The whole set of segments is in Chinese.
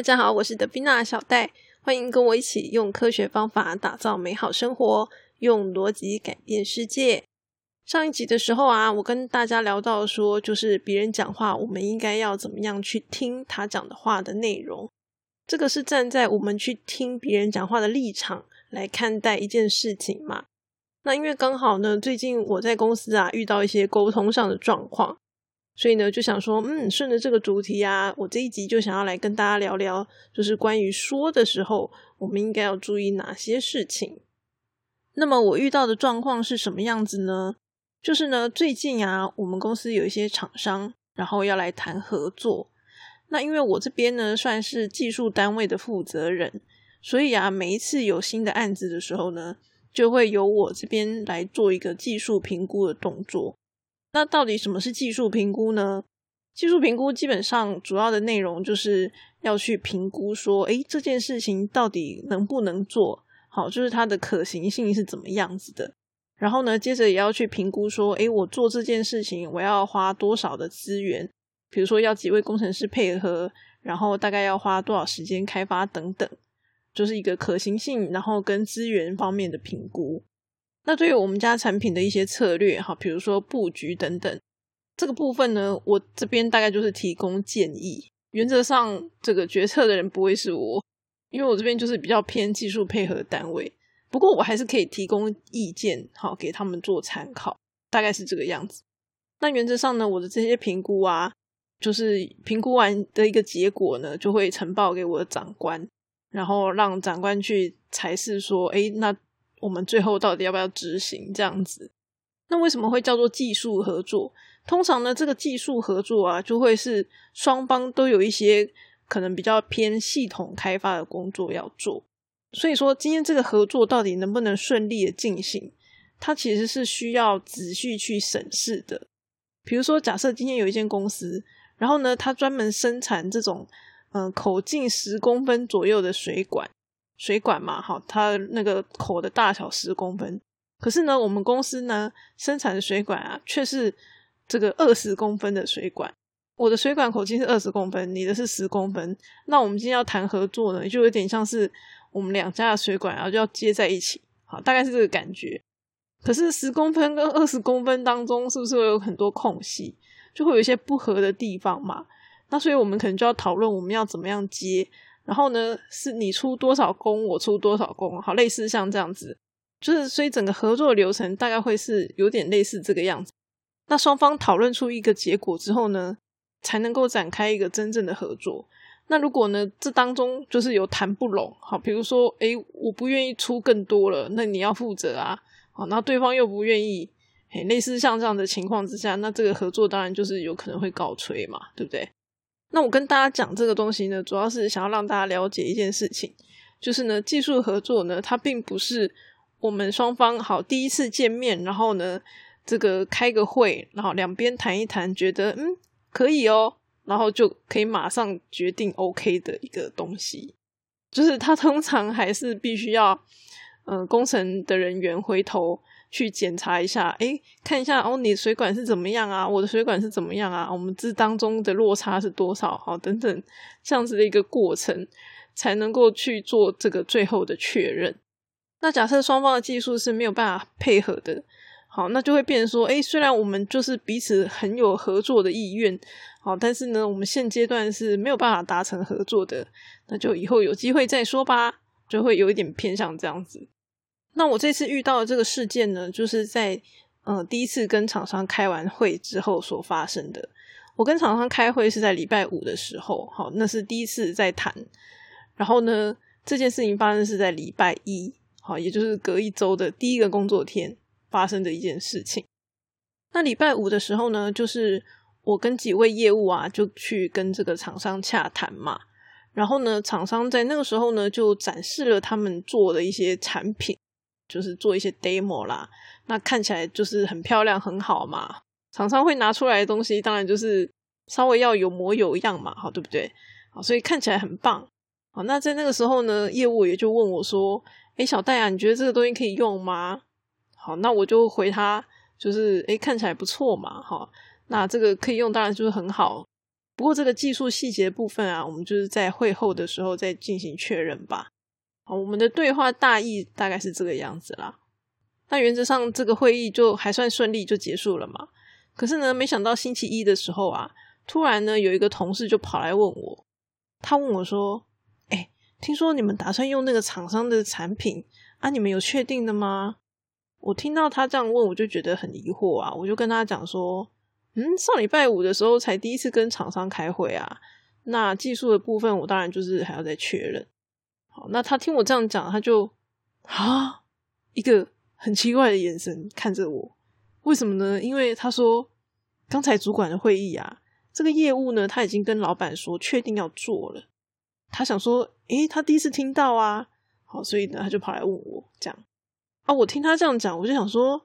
家好，我是德比娜小戴，欢迎跟我一起用科学方法打造美好生活，用逻辑改变世界。上一集的时候啊，我跟大家聊到说，就是别人讲话，我们应该要怎么样去听他讲的话的内容。这个是站在我们去听别人讲话的立场来看待一件事情嘛。那因为刚好呢，最近我在公司啊遇到一些沟通上的状况，所以呢就想说顺着这个主题啊，我这一集就想要来跟大家聊聊，就是关于说的时候我们应该要注意哪些事情。那么我遇到的状况是什么样子呢？就是呢最近啊我们公司有一些厂商然后要来谈合作，那因为我这边呢算是技术单位的负责人，所以啊每一次有新的案子的时候呢，就会由我这边来做一个技术评估的动作。那到底什么是技术评估呢？技术评估基本上主要的内容就是要去评估说这件事情到底能不能做好，就是它的可行性是怎么样子的。然后呢接着也要去评估说我做这件事情我要花多少的资源，比如说要几位工程师配合，然后大概要花多少时间开发等等，就是一个可行性然后跟资源方面的评估。那对于我们家产品的一些策略比如说布局等等，这个部分呢我这边大概就是提供建议，原则上这个决策的人不会是我，因为我这边就是比较偏技术配合单位，不过我还是可以提供意见给他们做参考，大概是这个样子。那原则上呢我的这些评估啊，就是评估完的一个结果呢就会呈报给我的长官，然后让长官去裁示说那我们最后到底要不要执行这样子。那为什么会叫做技术合作？通常呢这个技术合作啊就会是双方都有一些可能比较偏系统开发的工作要做，所以说今天这个合作到底能不能顺利的进行，它其实是需要仔细去审视的。比如说假设今天有一间公司，然后呢它专门生产这种口径10公分左右的水管嘛，它那个口的大小10公分，可是呢我们公司呢生产的水管啊却是这个20公分的水管，我的水管口径是20公分，你的是10公分，那我们今天要谈合作呢，就有点像是我们两家的水管就要接在一起，大概是这个感觉。可是10公分跟20公分当中是不是会有很多空隙，就会有一些不合的地方嘛，那所以我们可能就要讨论我们要怎么样接，然后呢是你出多少工我出多少工，好，类似像这样子，就是所以整个合作的流程大概会是有点类似这个样子。那双方讨论出一个结果之后呢，才能够展开一个真正的合作。那如果呢这当中就是有谈不拢，好，比如说我不愿意出更多了，那你要负责啊，好，那对方又不愿意，类似像这样的情况之下，那这个合作当然就是有可能会告吹嘛，对不对？那我跟大家讲这个东西呢，主要是想要让大家了解一件事情，就是呢技术合作呢它并不是我们双方好第一次见面，然后呢这个开个会，然后两边谈一谈觉得可以然后就可以马上决定 OK 的一个东西。就是它通常还是必须要工程的人员回头去检查一下，看一下你的水管是怎么样啊，我的水管是怎么样啊，我们这当中的落差是多少，好，等等这样子的一个过程才能够去做这个最后的确认。那假设双方的技术是没有办法配合的，好，那就会变成说虽然我们就是彼此很有合作的意愿，好，但是呢我们现阶段是没有办法达成合作的，那就以后有机会再说吧，就会有一点偏向这样子。那我这次遇到的这个事件呢，就是在第一次跟厂商开完会之后所发生的。我跟厂商开会是在礼拜5的时候，好，那是第一次在谈，然后呢这件事情发生是在礼拜1，好，也就是隔一周的第一个工作天发生的一件事情。那礼拜5的时候呢，就是我跟几位业务啊就去跟这个厂商洽谈嘛，然后呢厂商在那个时候呢就展示了他们做的一些产品，就是做一些 demo 啦，那看起来就是很漂亮很好嘛，厂商会拿出来的东西当然就是稍微要有模有样嘛，好，对不对？好，所以看起来很棒。好，那在那个时候呢业务也就问我说小戴啊，你觉得这个东西可以用吗？好，那我就回他就是看起来不错嘛，好，那这个可以用当然就是很好。 不过这个技术细节部分啊，我们就是在会后的时候再进行确认吧。好，我们的对话大意大概是这个样子啦。那原则上这个会议就还算顺利就结束了嘛。可是呢，没想到星期一的时候啊，突然呢有一个同事就跑来问我，他问我说听说你们打算用那个厂商的产品啊，你们有确定的吗？我听到他这样问，我就觉得很疑惑啊，我就跟他讲说上礼拜五的时候才第一次跟厂商开会啊，那技术的部分我当然就是还要再确认。好，那他听我这样讲，他就一个很奇怪的眼神看着我。为什么呢？因为他说刚才主管的会议啊，这个业务呢他已经跟老板说确定要做了。他想说他第一次听到啊，好，所以呢他就跑来问我这样啊。我听他这样讲，我就想说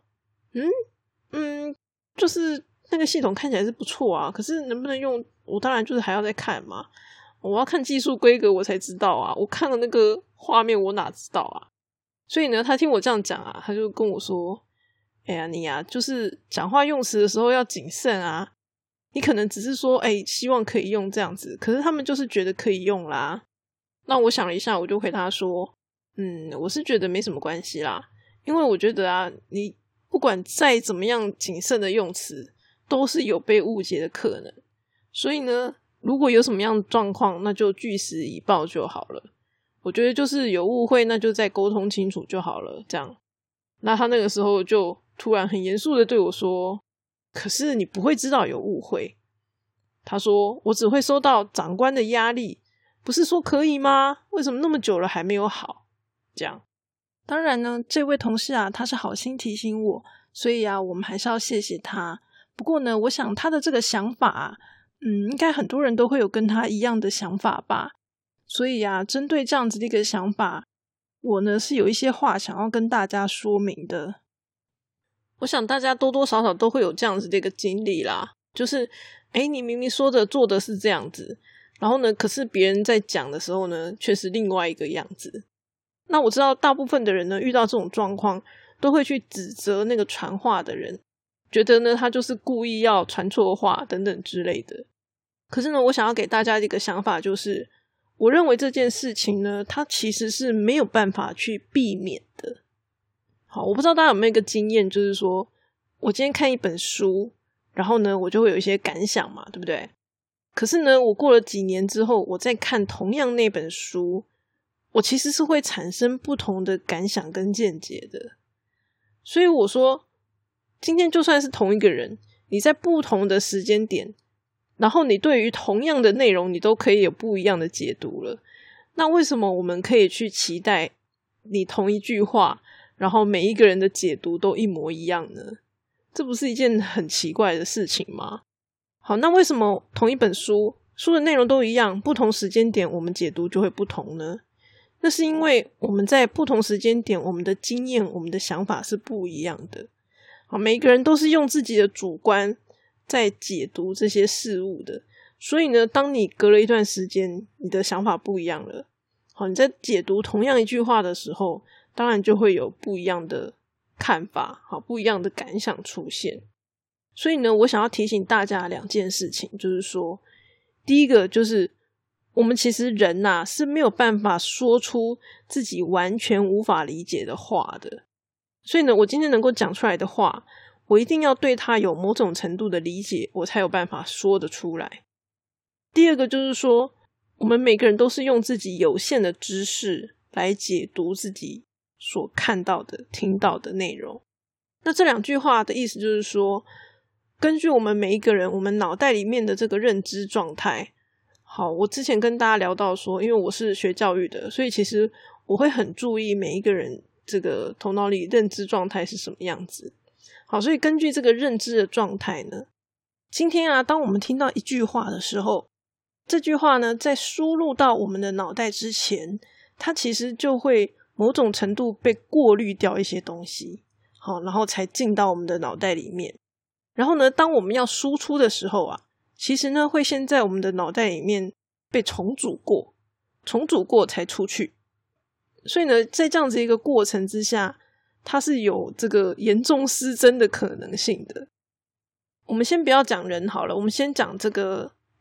就是那个系统看起来是不错啊，可是能不能用我当然就是还要再看嘛，我要看技术规格我才知道啊，我看了那个画面我哪知道啊。所以呢他听我这样讲啊，他就跟我说你啊就是讲话用词的时候要谨慎啊，你可能只是说希望可以用这样子，可是他们就是觉得可以用啦。那我想了一下，我就回他说我是觉得没什么关系啦，因为我觉得啊，你不管再怎么样谨慎的用词都是有被误解的可能，所以呢如果有什么样的状况，那就据实以报就好了。我觉得就是有误会，那就再沟通清楚就好了这样。那他那个时候就突然很严肃的对我说，可是你不会知道有误会。他说我只会收到长官的压力，不是说可以吗？为什么那么久了还没有好？这样。当然呢，这位同事啊，他是好心提醒我，所以啊，我们还是要谢谢他。不过呢，我想他的这个想法啊，应该很多人都会有跟他一样的想法吧。所以啊，针对这样子的一个想法，我呢是有一些话想要跟大家说明的。我想大家多多少少都会有这样子的一个经历啦，就是你明明说的做的是这样子，然后呢可是别人在讲的时候呢却是另外一个样子。那我知道大部分的人呢遇到这种状况都会去指责那个传话的人，觉得呢他就是故意要传错话等等之类的。可是呢我想要给大家一个想法，就是我认为这件事情呢它其实是没有办法去避免的。好，我不知道大家有没有一个经验，就是说我今天看一本书，然后呢我就会有一些感想嘛，对不对？可是呢我过了几年之后，我再看同样那本书，我其实是会产生不同的感想跟见解的。所以我说今天就算是同一个人，你在不同的时间点，然后你对于同样的内容你都可以有不一样的解读了，那为什么我们可以去期待你同一句话然后每一个人的解读都一模一样呢？这不是一件很奇怪的事情吗？好，那为什么同一本书的内容都一样，不同时间点我们解读就会不同呢？那是因为我们在不同时间点，我们的经验我们的想法是不一样的。好，每一个人都是用自己的主观在解读这些事物的，所以呢当你隔了一段时间你的想法不一样了，好，你在解读同样一句话的时候，当然就会有不一样的看法，好，不一样的感想出现。所以呢我想要提醒大家两件事情，就是说第一个就是我们其实人啊是没有办法说出自己完全无法理解的话的，所以呢我今天能够讲出来的话，我一定要对它有某种程度的理解，我才有办法说得出来。第二个就是说我们每个人都是用自己有限的知识来解读自己所看到的听到的内容。那这两句话的意思就是说，根据我们每一个人我们脑袋里面的这个认知状态。好，我之前跟大家聊到说，因为我是学教育的，所以其实我会很注意每一个人这个头脑里认知状态是什么样子。好，所以根据这个认知的状态呢，今天啊当我们听到一句话的时候，这句话呢在输入到我们的脑袋之前，它其实就会某种程度被过滤掉一些东西，好，然后才进到我们的脑袋里面。然后呢当我们要输出的时候啊，其实呢会先在我们的脑袋里面被重组过才出去。所以呢在这样子一个过程之下，它是有这个严重失真的可能性的。我们先不要讲人好了，我们先讲这个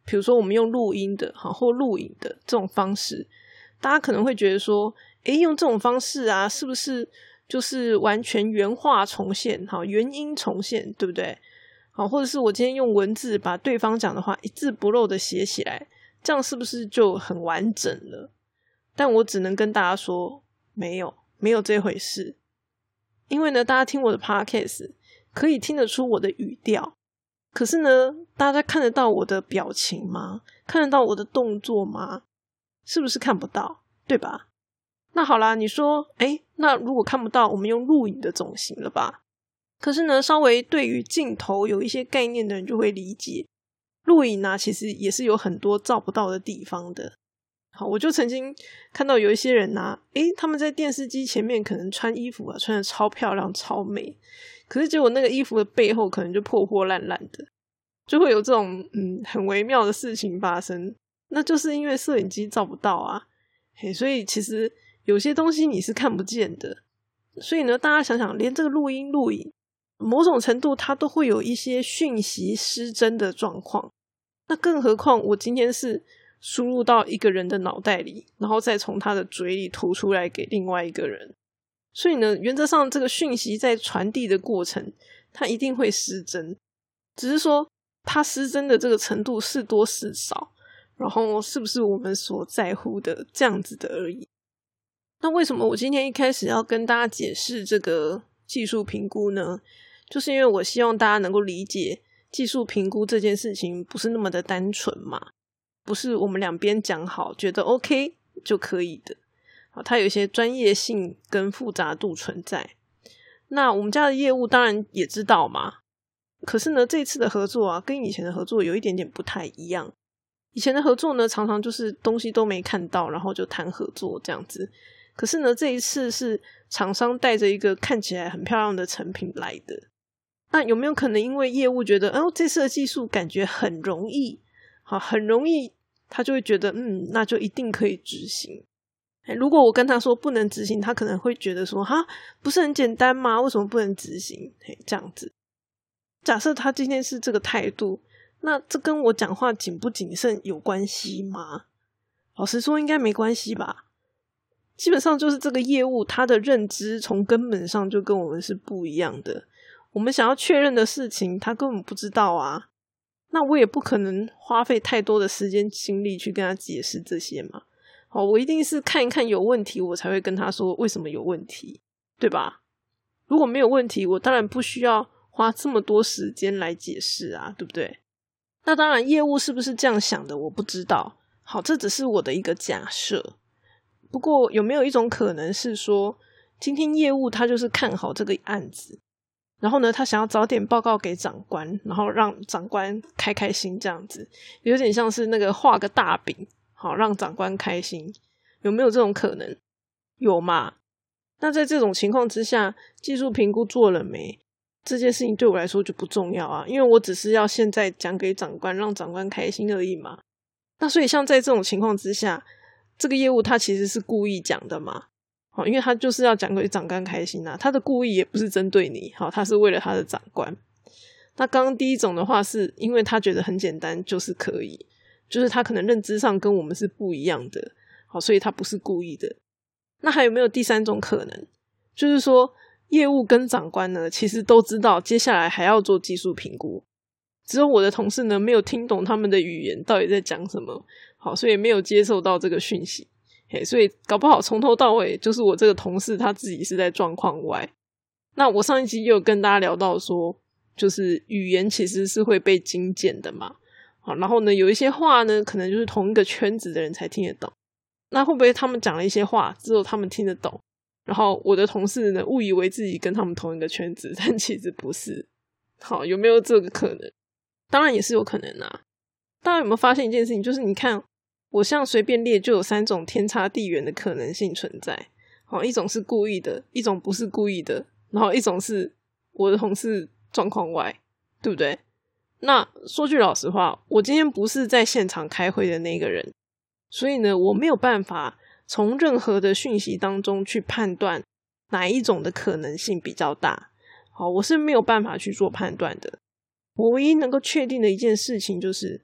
比如说我们用录音的或录影的这种方式，大家可能会觉得说用这种方式啊，是不是就是完全原话重现原音重现，对不对？或者是我今天用文字把对方讲的话一字不漏的写起来，这样是不是就很完整了？但我只能跟大家说，没有这回事。因为呢，大家听我的 podcast 可以听得出我的语调，可是呢，大家看得到我的表情吗？看得到我的动作吗？是不是看不到？对吧？那好啦，你说那如果看不到，我们用录影的总行了吧？可是呢，稍微对于镜头有一些概念的人就会理解，录影啊其实也是有很多照不到的地方的。好，我就曾经看到有一些人啊，他们在电视机前面可能穿衣服啊，穿得超漂亮超美，可是结果那个衣服的背后可能就破破烂烂的，就会有这种很微妙的事情发生。那就是因为摄影机照不到啊，所以其实有些东西你是看不见的。所以呢，大家想想，连这个录音录影某种程度它都会有一些讯息失真的状况，那更何况我今天是输入到一个人的脑袋里，然后再从他的嘴里吐出来给另外一个人，所以呢，原则上这个讯息在传递的过程它一定会失真，只是说它失真的这个程度是多是少，然后是不是我们所在乎的这样子的而已。那为什么我今天一开始要跟大家解释这个技术评估呢？就是因为我希望大家能够理解技术评估这件事情不是那么的单纯嘛，不是我们两边讲好觉得 OK 就可以的，它有一些专业性跟复杂度存在。那我们家的业务当然也知道嘛，可是呢，这次的合作啊，跟以前的合作有一点点不太一样。以前的合作呢，常常就是东西都没看到，然后就谈合作这样子。可是呢，这一次是厂商带着一个看起来很漂亮的成品来的。那有没有可能因为业务觉得这次的技术感觉很容易，很容易，他就会觉得那就一定可以执行。如果我跟他说不能执行，他可能会觉得说不是很简单吗？为什么不能执行？这样子。假设他今天是这个态度，那这跟我讲话谨不谨慎有关系吗？老实说应该没关系吧。基本上就是这个业务他的认知从根本上就跟我们是不一样的，我们想要确认的事情他根本不知道啊，那我也不可能花费太多的时间精力去跟他解释这些嘛。我一定是看一看有问题我才会跟他说为什么有问题，对吧？如果没有问题，我当然不需要花这么多时间来解释啊，对不对？那当然业务是不是这样想的我不知道，好，这只是我的一个假设。不过有没有一种可能是说，今天业务他就是看好这个案子，然后呢他想要早点报告给长官，然后让长官开开心，这样子有点像是那个画个大饼，好让长官开心，有没有这种可能？有嘛？那在这种情况之下，技术评估做了没？这件事情对我来说就不重要啊，因为我只是要现在讲给长官，让长官开心而已嘛。那所以像在这种情况之下，这个业务他其实是故意讲的嘛，因为他就是要讲给长官开心啊，他的故意也不是针对你，他是为了他的长官。那刚刚第一种的话是因为他觉得很简单就是可以，就是他可能认知上跟我们是不一样的，所以他不是故意的。那还有没有第三种可能，就是说业务跟长官呢其实都知道接下来还要做技术评估，只有我的同事呢没有听懂他们的语言到底在讲什么，好，所以没有接受到这个讯息，所以搞不好从头到尾就是我这个同事他自己是在状况外。那我上一集也有跟大家聊到说，就是语言其实是会被精简的嘛，好，然后呢有一些话呢可能就是同一个圈子的人才听得懂，那会不会他们讲了一些话只有他们听得懂，然后我的同事呢误以为自己跟他们同一个圈子，但其实不是。好，有没有这个可能？当然也是有可能啊。大家有没有发现一件事情，就是你看我像随便列就有3种天差地远的可能性存在，一种是故意的，一种不是故意的，然后一种是我的同事状况外，对不对？那说句老实话，我今天不是在现场开会的那个人，所以呢我没有办法从任何的讯息当中去判断哪一种的可能性比较大，好，我是没有办法去做判断的。我唯一能够确定的一件事情就是，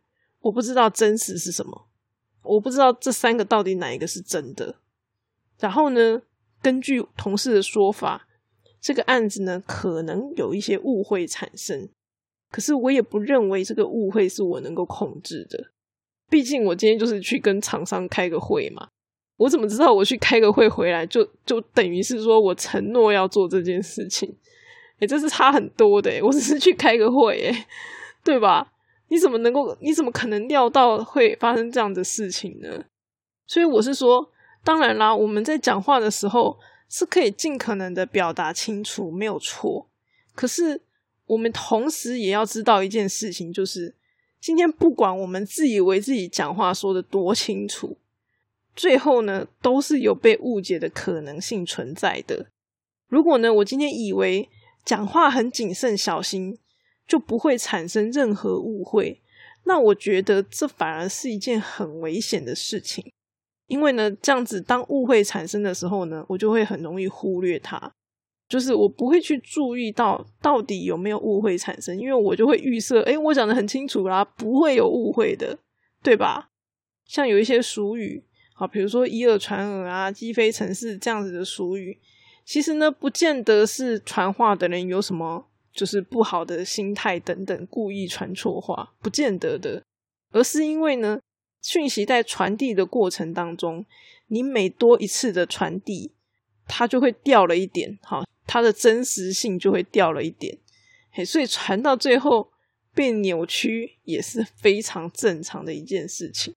我不知道真实是什么，我不知道这3个到底哪一个是真的。然后呢，根据同事的说法，这个案子呢可能有一些误会产生，可是我也不认为这个误会是我能够控制的。毕竟我今天就是去跟厂商开个会嘛，我怎么知道我去开个会回来就等于是说我承诺要做这件事情？这是差很多的我只是去开个会对吧？你怎么可能料到会发生这样的事情呢？所以我是说，当然啦，我们在讲话的时候是可以尽可能的表达清楚，没有错。可是我们同时也要知道一件事情，就是今天不管我们自以为自己讲话说得多清楚，最后呢都是有被误解的可能性存在的。如果呢我今天以为讲话很谨慎小心就不会产生任何误会，那我觉得这反而是一件很危险的事情。因为呢这样子当误会产生的时候呢，我就会很容易忽略它，就是我不会去注意到底有没有误会产生，因为我就会预设我讲得很清楚啦，不会有误会的，对吧？像有一些俗语比如说以耳传耳啊，鸡飞城市这样子的俗语，其实呢不见得是传话的人有什么就是不好的心态等等，故意传错话，不见得的，而是因为呢讯息在传递的过程当中，你每多一次的传递，它就会掉了一点，它的真实性就会掉了一点，所以传到最后被扭曲也是非常正常的一件事情。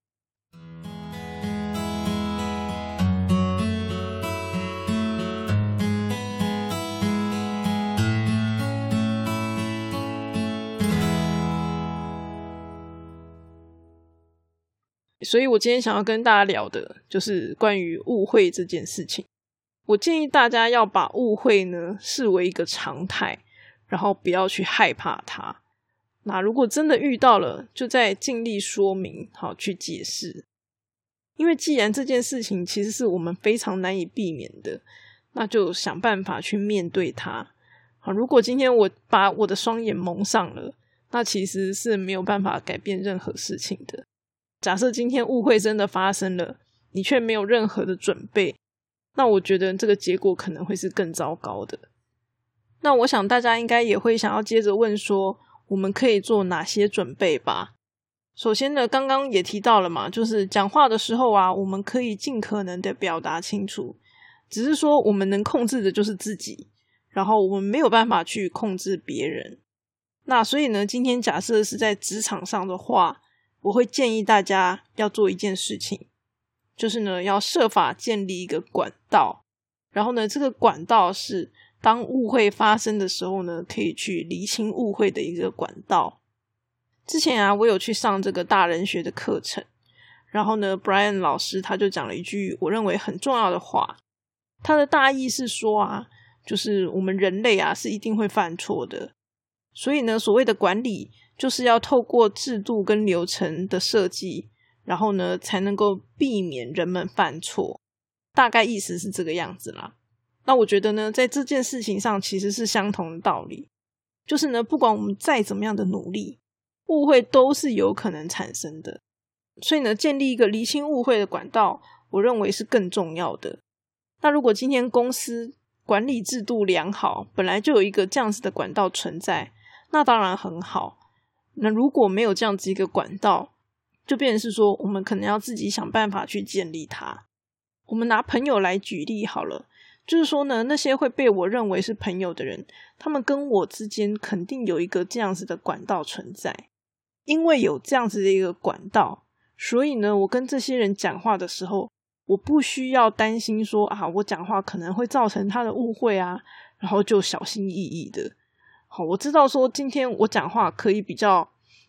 所以我今天想要跟大家聊的就是关于误会这件事情。我建议大家要把误会呢视为一个常态，然后不要去害怕它。那如果真的遇到了，就再尽力说明，好去解释。因为既然这件事情其实是我们非常难以避免的，那就想办法去面对它。好，如果今天我把我的双眼蒙上了，那其实是没有办法改变任何事情的。假设今天误会真的发生了，你却没有任何的准备，那我觉得这个结果可能会是更糟糕的。那我想大家应该也会想要接着问说，我们可以做哪些准备吧？首先呢，刚刚也提到了嘛，就是讲话的时候啊，我们可以尽可能的表达清楚，只是说我们能控制的就是自己，然后我们没有办法去控制别人。那所以呢，今天假设是在职场上的话，我会建议大家要做一件事情，就是呢要设法建立一个管道，然后呢这个管道是当误会发生的时候呢可以去厘清误会的一个管道。之前啊我有去上这个大人学的课程，然后呢 Brian 老师他就讲了一句我认为很重要的话，他的大意是说啊，就是我们人类啊是一定会犯错的，所以呢所谓的管理就是要透过制度跟流程的设计，然后呢才能够避免人们犯错，大概意思是这个样子啦。那我觉得呢在这件事情上其实是相同的道理，就是呢不管我们再怎么样的努力，误会都是有可能产生的，所以呢建立一个厘清误会的管道，我认为是更重要的。那如果今天公司管理制度良好，本来就有一个这样子的管道存在，那当然很好。那如果没有这样子一个管道，就变成是说我们可能要自己想办法去建立它。我们拿朋友来举例好了，就是说呢那些会被我认为是朋友的人，他们跟我之间肯定有一个这样子的管道存在，因为有这样子的一个管道，所以呢我跟这些人讲话的时候，我不需要担心说啊我讲话可能会造成他的误会啊，然后就小心翼翼的。好，我知道说今天我讲话可以比较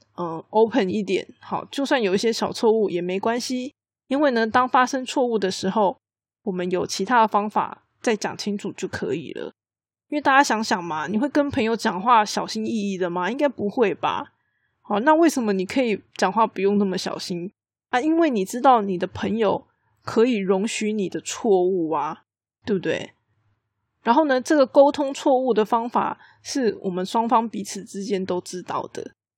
open 一点，好，就算有一些小错误也没关系，因为呢当发生错误的时候，我们有其他的方法再讲清楚就可以了。因为大家想想嘛，你会跟朋友讲话小心翼翼的吗？应该不会吧。好，那为什么你可以讲话不用那么小心啊？因为你知道你的朋友可以容许你的错误啊，对不对？然后呢这个沟通错误的方法是我们双方彼此之间都知道的。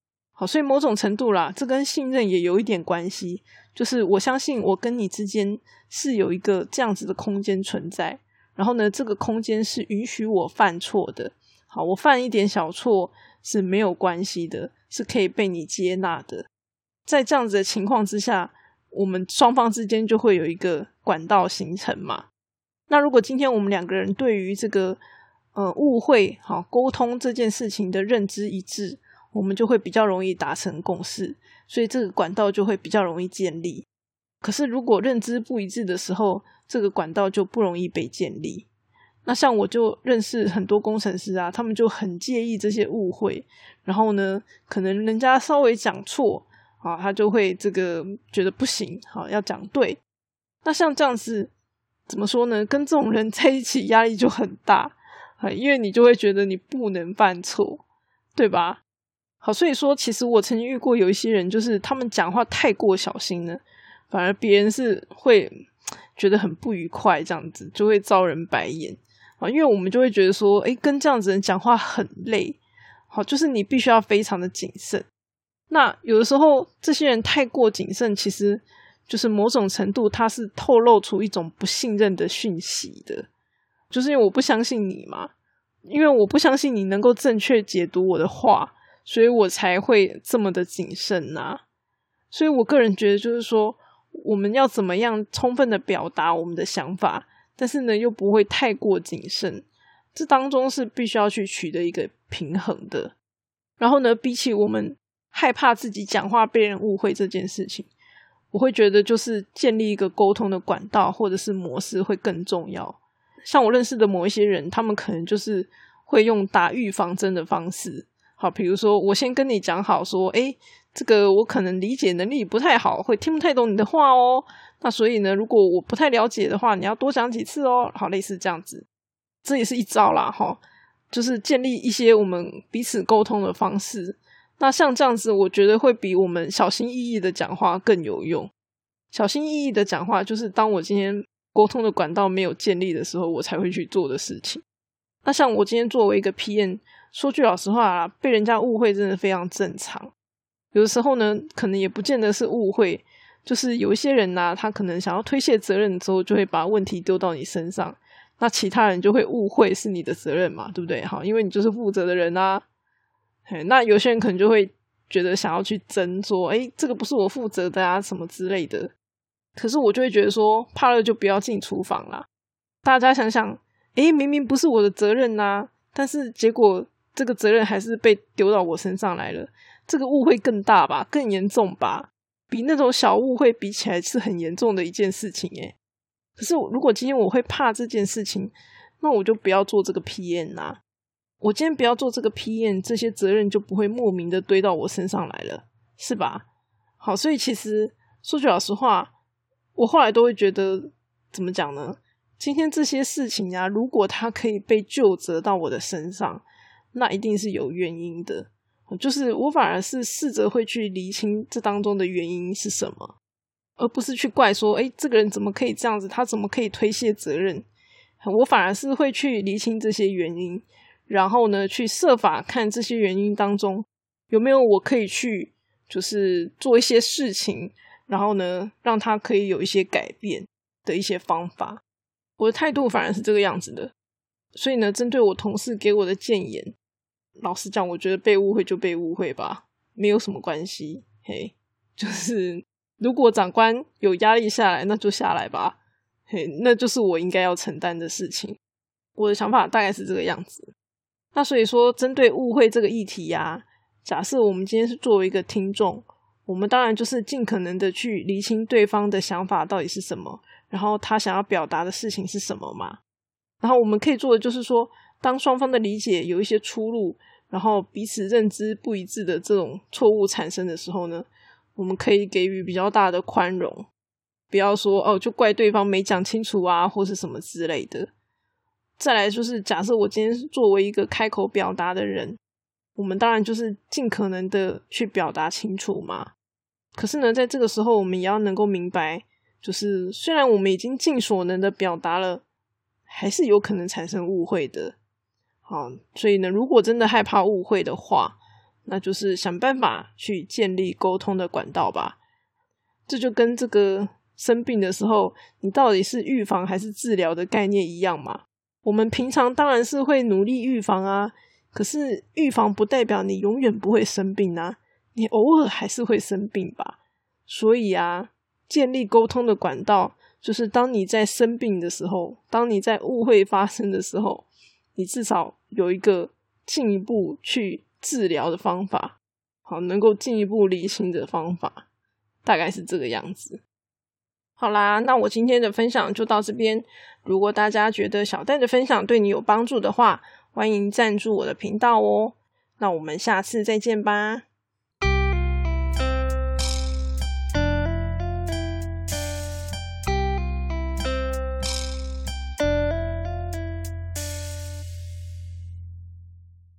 好，所以某种程度啦，这跟信任也有一点关系，就是我相信我跟你之间是有一个这样子的空间存在，然后呢，这个空间是允许我犯错的。好，我犯一点小错是没有关系的，是可以被你接纳的。在这样子的情况之下，我们双方之间就会有一个管道形成嘛。那如果今天我们两个人对于这个误会好沟通这件事情的认知一致，我们就会比较容易达成共识，所以这个管道就会比较容易建立。可是如果认知不一致的时候，这个管道就不容易被建立。那像我就认识很多工程师啊，他们就很介意这些误会，然后呢可能人家稍微讲错啊，他就会这个觉得不行，好要讲对。那像这样子怎么说呢，跟这种人在一起压力就很大，因为你就会觉得你不能犯错，对吧？好，所以说其实我曾经遇过有一些人，就是他们讲话太过小心了，反而别人是会觉得很不愉快，这样子就会遭人白眼。因为我们就会觉得说跟这样子人讲话很累，好，就是你必须要非常的谨慎。那有的时候这些人太过谨慎，其实就是某种程度他是透露出一种不信任的讯息的，就是因为我不相信你嘛，因为我不相信你能够正确解读我的话，所以我才会这么的谨慎啊。所以我个人觉得就是说，我们要怎么样充分的表达我们的想法，但是呢又不会太过谨慎，这当中是必须要去取得一个平衡的。然后呢，比起我们害怕自己讲话被人误会这件事情，我会觉得就是建立一个沟通的管道或者是模式会更重要。像我认识的某一些人，他们可能就是会用打预防针的方式。好，比如说我先跟你讲好说这个我可能理解能力不太好，会听不太懂你的话哦，那所以呢如果我不太了解的话，你要多讲几次哦。好，类似这样子，这也是一招啦就是建立一些我们彼此沟通的方式。那像这样子我觉得会比我们小心翼翼的讲话更有用。小心翼翼的讲话就是当我今天沟通的管道没有建立的时候，我才会去做的事情。那像我今天作为一个 PM， 说句老实话啦，被人家误会真的非常正常。有的时候呢可能也不见得是误会，就是有一些人啊，他可能想要推卸责任之后，就会把问题丢到你身上，那其他人就会误会是你的责任嘛，对不对？好，因为你就是负责的人啊。那有些人可能就会觉得想要去争说这个不是我负责的啊什么之类的。可是我就会觉得说，怕热就不要进厨房啦。大家想想明明不是我的责任啊，但是结果这个责任还是被丢到我身上来了，这个误会更大吧，更严重吧，比那种小误会比起来是很严重的一件事情可是如果今天我会怕这件事情，那我就不要做这个 PM 啊。我今天不要做这个 PM， 这些责任就不会莫名的堆到我身上来了，是吧？好，所以其实说句老实话，我后来都会觉得怎么讲呢，今天这些事情啊，如果它可以被究责到我的身上，那一定是有原因的。就是我反而是试着会去厘清这当中的原因是什么，而不是去怪说这个人怎么可以这样子，他怎么可以推卸责任。我反而是会去厘清这些原因，然后呢去设法看这些原因当中有没有我可以去就是做一些事情，然后呢让他可以有一些改变的一些方法。我的态度反而是这个样子的。所以呢针对我同事给我的建言，老实讲我觉得被误会就被误会吧，没有什么关系。就是如果长官有压力下来，那就下来吧，那就是我应该要承担的事情。我的想法大概是这个样子。那所以说针对误会这个议题啊，假设我们今天是作为一个听众，我们当然就是尽可能的去厘清对方的想法到底是什么，然后他想要表达的事情是什么嘛。然后我们可以做的就是说，当双方的理解有一些出入，然后彼此认知不一致的这种错误产生的时候呢，我们可以给予比较大的宽容，不要说就怪对方没讲清楚啊或是什么之类的。再来就是假设我今天是作为一个开口表达的人，我们当然就是尽可能的去表达清楚嘛。可是呢在这个时候我们也要能够明白，就是虽然我们已经尽所能的表达了，还是有可能产生误会的。好，所以呢如果真的害怕误会的话， 那就是想办法去建立沟通的管道吧。这就跟这个生病的时候你到底是预防还是治疗的概念一样嘛。我们平常当然是会努力预防啊，可是预防不代表你永远不会生病啊，你偶尔还是会生病吧。所以啊，建立沟通的管道就是当你在生病的时候，当你在误会发生的时候，你至少有一个进一步去治疗的方法，好，能够进一步理清的方法，大概是这个样子。好啦，那我今天的分享就到这边。如果大家觉得小戴的分享对你有帮助的话，欢迎赞助我的频道哦。那我们下次再见吧。